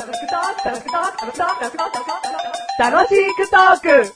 楽しくトーク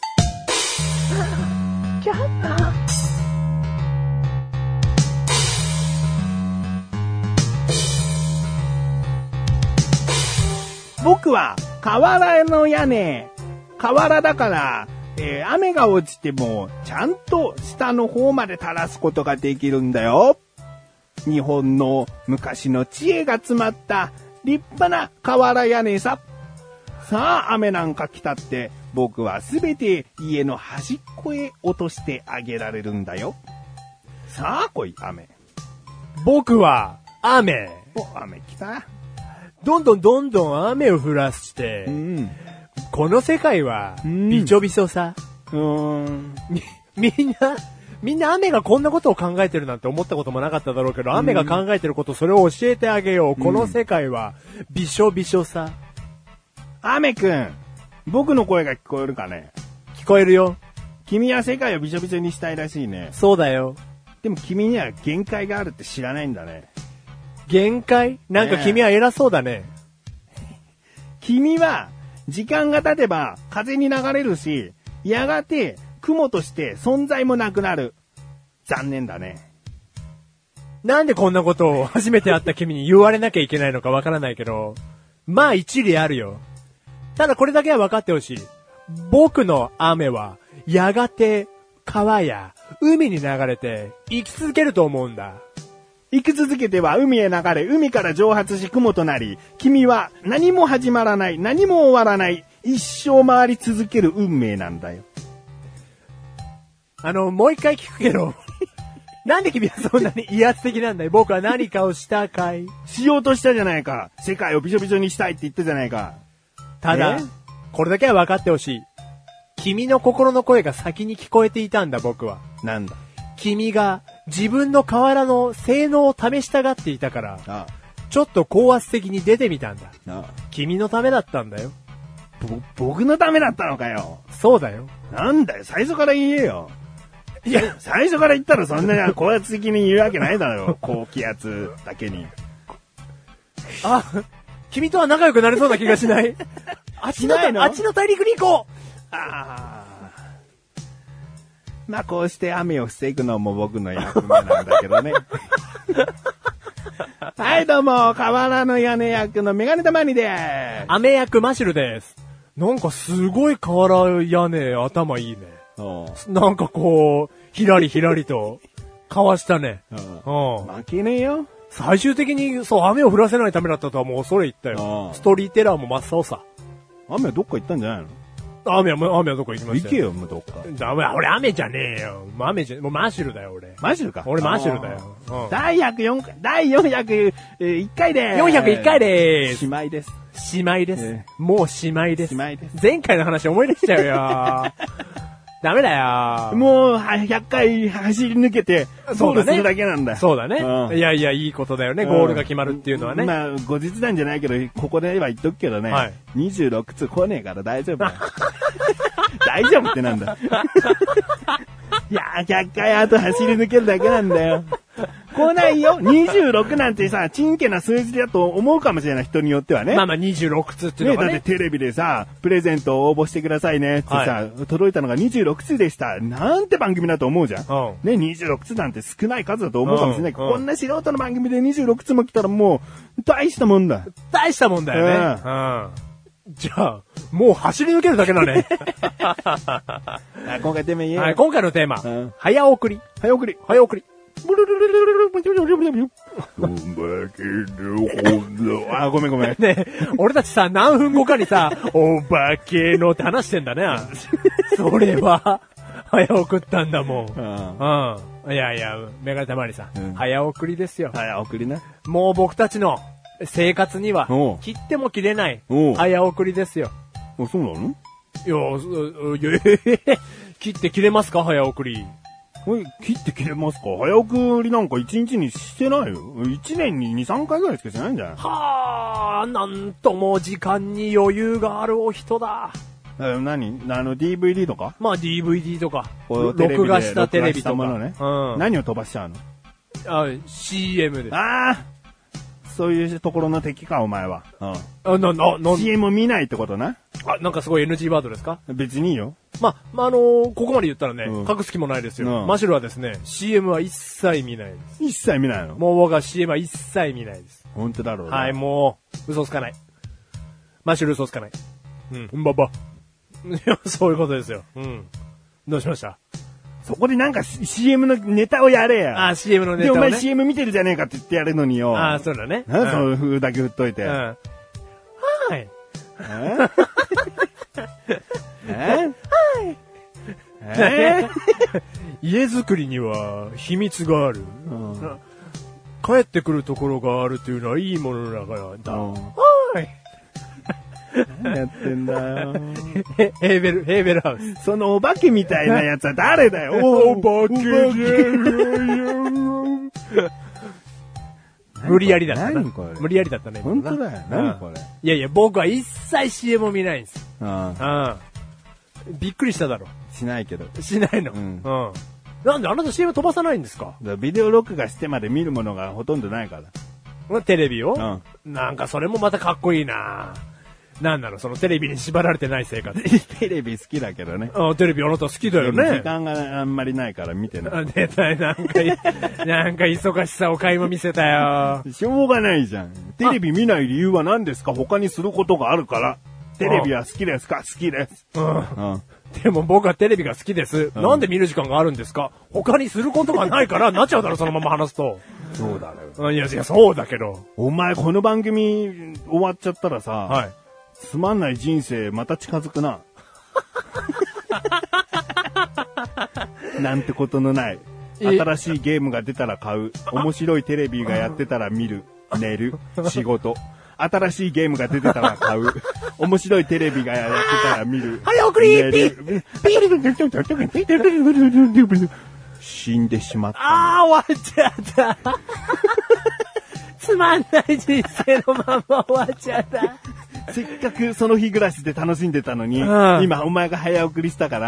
僕は瓦の屋根、瓦だから、雨が落ちてもちゃんと下の方まで垂らすことができるんだよ。日本の昔の知恵が詰まった立派な瓦屋根さ。さあ雨なんか来たって僕はすべて家の端っこへ落としてあげられるんだよ。さあ来い雨。 僕は雨。 雨来た。 どんどん雨を降らして、この世界はびちょびちょさ。みんな雨がこんなことを考えてるなんて思ったこともなかっただろうけど、雨が考えてること、それを教えてあげよう。この世界はびしょびしょさ。 雨くん、僕の声が聞こえるかね？ 聞こえるよ。 君は世界をびしょびしょにしたいらしいね。 そうだよ。 でも君には限界があるって知らないんだね。 限界？なんか君は偉そうだね。 君は時間が経てば風に流れるし、やがて雲として存在もなくなる。残念だね。 なんでこんなことを初めて会った君に言われなきゃいけないのかわからないけど、まあ一理あるよ。ただこれだけは分かってほしい。僕の雨はやがて川や海に流れて生き続けると思うんだ。 生き続けては海へ流れ、海から蒸発し雲となり、君は何も始まらない、何も終わらない、一生回り続ける運命なんだよ。 もう一回聞くけど、なんで君はそんなに威圧的なんだよ。僕は何かをしたかい？ しようとしたじゃないか。世界をびしょびしょにしたいって言ったじゃないか。 ただ、これだけは分かってほしい。君の心の声が先に聞こえていたんだ、僕は。 なんだ？ 君が自分の瓦の性能を試したがっていたから、ちょっと高圧的に出てみたんだ。君のためだったんだよ。 僕のためだったのかよ。 そうだよ。 なんだよ、最初から言えよ。いや、最初から言ったらそんなに高圧的に言うわけないだろう。高気圧だけに。 君とは仲良くなれそうな気がしない？あっちの大陸に行こう。 まあこうして雨を防ぐのも僕の役目なんだけどね。はいどうも、瓦の屋根役のメガネたまにでーす。 雨役マシュルです。なんかすごい瓦屋根頭いいね。なんかこう、ひらりとかわしたね。 負けねえよ。 最終的にそう雨を降らせないためだったとはもう恐れ入ったよ。ストーリーテラーも真っ青さ。 雨はどっか行ったんじゃないの？ 雨はどこ行きましたよ。 行けよ、もうどっか。 俺雨じゃねえよ。もうマシュルだよ、俺。 マシュルか。 俺マシュルだよ。 第401回でーす。 401回でーす。 しまいです。 しまいです。もうしまいです。 しまいです。 前回の話思い出しちゃうよ。ダメだよ。 もう100回走り抜けてゴールするだけなんだ。 そうだね。いやいいことだよね。ゴールが決まるっていうのはね。 まあ後日談じゃないけどここでは言っとくけどね。26通来ねえから大丈夫だよ。大丈夫ってなんだ。いや100回あと走り抜けるだけなんだよ。来ないよ。26なんてさ、ちんけな数字だと思うかもしれない、人によってはね。 まあ26通っていうのがね。 だってテレビでさ、プレゼントを応募してくださいねってさ、届いたのが26通でした。なんて番組だと思うじゃん。ね、26通なんて少ない数だと思うかもしれないけど、こんな素人の番組で26通も来たらもう、大したもんだ。 大したもんだよね。じゃあ、もう走り抜けるだけだね。 今回テーマ言え。 はい、今回のテーマ。早送り。 早送り。ごめん。 ね俺たちさ、何分後かにさ、お化けのって話してんだね。それは、早送ったんだもん。いや、メガネたまりさん、早送りですよ。 早送りね。 もう僕たちの生活には、切っても切れない、早送りですよ。 そうなの？ 切って切れますか、早送り。 切って切れますか？早送りなんか1日にしてないよ。1年に2、3回ぐらいしかしてないんじゃない？ はあ、なんとも時間に余裕があるお人だ。 何DVD とか？ まあ DVD とか。録画したテレビとか。 ね。何を飛ばしちゃうの？ CM です。 そういうところの敵か、お前は。 CM CM 見ないってことな。 なんかすごい NG ワードですか？ 別にいいよ。 ここまで言ったらね、隠す気もないですよ。マシュルはですね、CM は一切見ないです。 一切見ないの？ もう僕は CM は一切見ないです。 本当だろうね。 はい、もう、嘘つかない。マシュル嘘つかない。そういうことですよ。どうしました？ そこでなんか CM のネタをやれや。 CM のネタをね。 で、お前 CM 見てるじゃねえかって言ってやるのによ。 そうだね。 なんでその風だけ振っといて。 はい。家づくりには秘密がある。帰ってくるところがあるというのはいいものだからだ。 何やってんだよ。 ヘーベルハウス。 そのお化けみたいなやつは誰だよ。お化けじゃ無理やりだったな。 何これ。 無理やりだったね。 本当だよ。何これ。 いやいや、僕は一切 CM を見ないんです。びっくりしただろ。 しないけど。 しないの。なんであなた CM 飛ばさないんですか？ ビデオ録画してまで見るものがほとんどないから。 テレビを？なんかそれもまたかっこいいな。なんなのそのテレビに縛られてない生活。 テレビ好きだけどね。 テレビあなた好きだよね。 時間があんまりないから見てない。 なんか忙しさを垣間見せたよ。 しょうがないじゃん。テレビ見ない理由は何ですか？他にすることがあるから。テレビは好きですか？好きです。 でも僕はテレビが好きです。なんで見る時間があるんですか？他にすることがないからなっちゃうだろ、そのまま話すと。 そうだよ。 いや、そうだけど。 お前この番組終わっちゃったらさ、つまんない人生また近づくな。なんてことのない。新しいゲームが出たら買う。面白いテレビがやってたら見る。寝る。仕事。新しいゲームが出てたら買う。面白いテレビがやってたら見る。 早送り死んでしまった。 終わっちゃった。つまんない人生のまま終わっちゃった。 せっかくその日暮らしで楽しんでたのに、今お前が早送りしたから、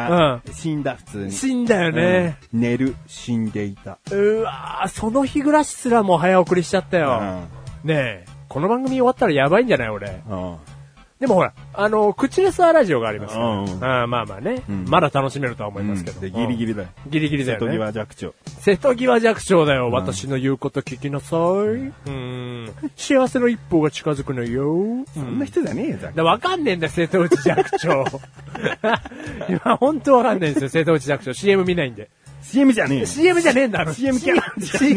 死んだ普通に。 死んだよね。 寝る、死んでいた。 その日暮らしすらもう早送りしちゃったよ。ねえ、この番組終わったらやばいんじゃない俺。でもほら、口レスアラジオがありますから。まあまあね、まだ楽しめるとは思いますけど。 ギリギリだよ。 ギリギリだよね。 瀬戸際弱聴。 瀬戸際弱聴だよ。私の言うこと聞きなさい。幸せの一歩が近づくのよ。 そんな人じゃねえよ、 わかんねえんだよ、瀬戸内弱聴。今、ほんとわかんないんですよ、瀬戸内弱聴。CM 見ないんで。 CM じゃねえよ。 CM じゃねえんだ、 CM キャラ。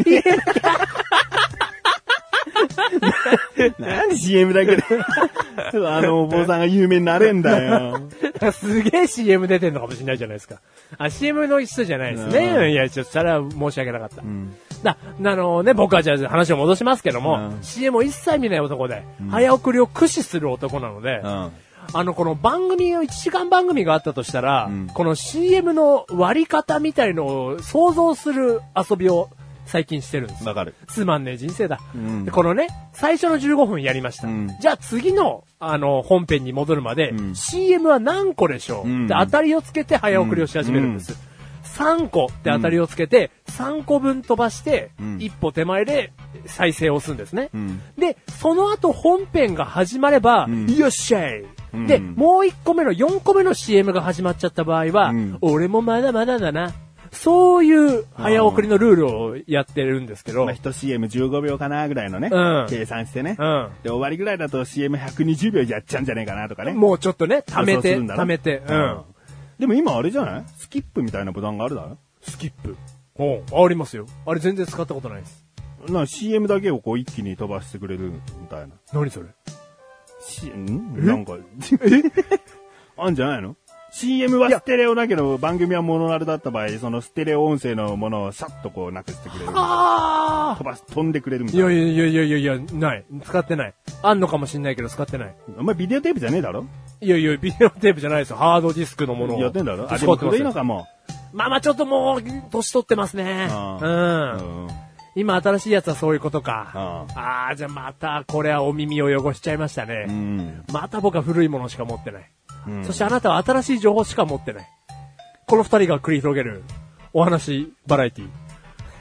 なんで CM だけでお坊さんが有名になれんだよ。 すげえ CM 出てんのかもしれないじゃないですか。CM の人じゃないですね。いや、それは申し訳なかった。僕はじゃあ話を戻しますけども、CM を一切見ない男で、早送りを駆使する男なので、この番組を1時間番組があったとしたら、この CM の割り方みたいのを想像する遊びを最近してるんです。 わかる。 つまんねえ人生だ。でこのね、最初の15分やりました。じゃあ次の、本編に戻るまで、CM は何個でしょう、で当たりをつけて早送りをし始めるんです。3個って当たりをつけて、3個分飛ばして、一歩手前で再生を押すんですね。で、その後本編が始まれば、よっしゃい、で、もう1個目の4個目の CM が始まっちゃった場合は、俺もまだまだだな。そういう早送りのルールをやってるんですけど。 1 CM15 秒かなぐらいのね。計算してね。で、終わりぐらいだと CM120 秒やっちゃうんじゃねえかなとかね。 もうちょっとね、貯めて。 でも今あれじゃない？スキップみたいなボタンがあるだろ？ スキップ。ありますよ。あれ全然使ったことないです。 CM だけをこう一気に飛ばしてくれるみたいな。 何それ？ なんか、あんじゃないの？CM はステレオだけど、番組はモノラルだった場合、そのステレオ音声のものをさっとこうなくしてくれる。飛んでくれるみたいな。 いや、ない。使ってない。あんのかもしんないけど使ってない。 お前ビデオテープじゃねえだろ？ いや、ビデオテープじゃないですよ。ハードディスクのものを。 やってんだろ？でも古いのかも。 まあちょっともう、年取ってますね。今新しいやつはそういうことか。じゃあまた、これはお耳を汚しちゃいましたね。また僕は古いものしか持ってない。そしてあなたは新しい情報しか持ってない。この二人が繰り広げるお話バラエティ。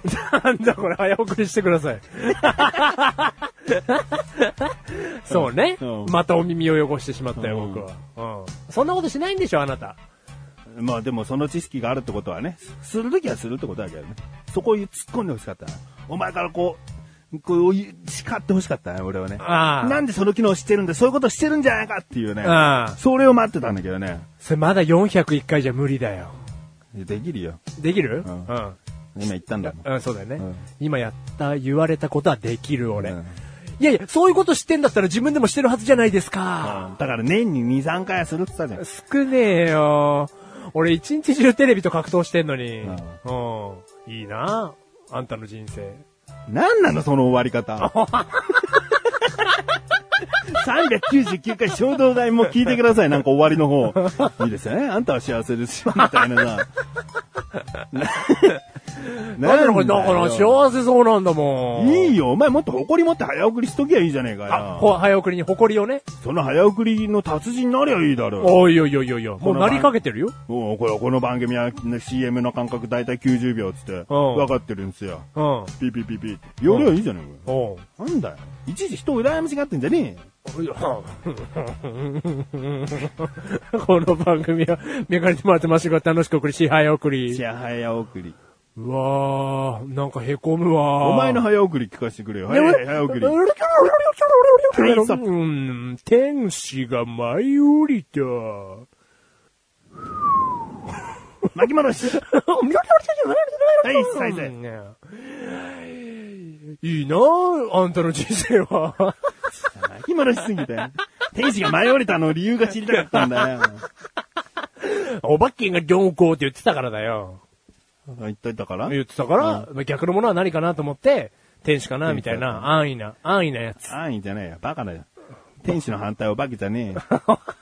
なんだこれ、早送りしてください。そうね、 うんまたお耳を汚してしまったよ、僕は。そんなことしないんでしょ、あなた。 まあでもその知識があるってことはね、するときはするってことだけどね。そこを突っ込んでほしかったな。お前からこう叱ってほしかったね、俺はね。なんでその機能してるんだ、そういうことしてるんじゃないかっていうね。それを待ってたんだけどね。 それまだ401回じゃ無理だよ。 できるよ。 できる？ 今言ったんだもん。 そうだよね。今言われたことはできる、俺。いやいや、そういうこと知ってんだったら自分でもしてるはずじゃないですか。 だから年に2、3回はするって言ったじゃん。 少ねえよ。俺一日中テレビと格闘してんのに。いいな、あんたの人生。 なんなのその終わり方。399回衝動買いも聞いてください。なんか終わりの方。いいですよね。あんたは幸せですよ。みたいなさ。 なんでだから幸せそうなんだもん。 いいよ。お前もっと誇り持って早送りしときゃいいじゃねえかよ。 早送りに誇りをね。 その早送りの達人になりゃいいだろ。 おいよいよいよいよ。もうなりかけてるよ。 この番組は CM の間隔だいたい90秒つって分かってるんですよ。ピーピーピーピーって。やりゃいいじゃねえかよ。なんだよ。いちいち人を羨ましがってんじゃねえよ。 この番組はメガネとマテマシが楽しく送り、早送り。 早送り。 うわー、なんか凹むわー。 お前の早送り聞かせてくれよ。早送り。 天使が舞い降りた。 巻き戻し。はい、再生。 いいなぁ、あんたの人生は。 巻き戻しすぎて。天使が舞い降りたの理由が知りたかったんだよ。 お化けがどうこうって言ってたからだよ。 言ってたから？ 言ってたから、逆のものは何かなと思って、天使かなみたいな、安易なやつ。 安易じゃねえよ。バカだよ。天使の反対はお化けじゃねえよ。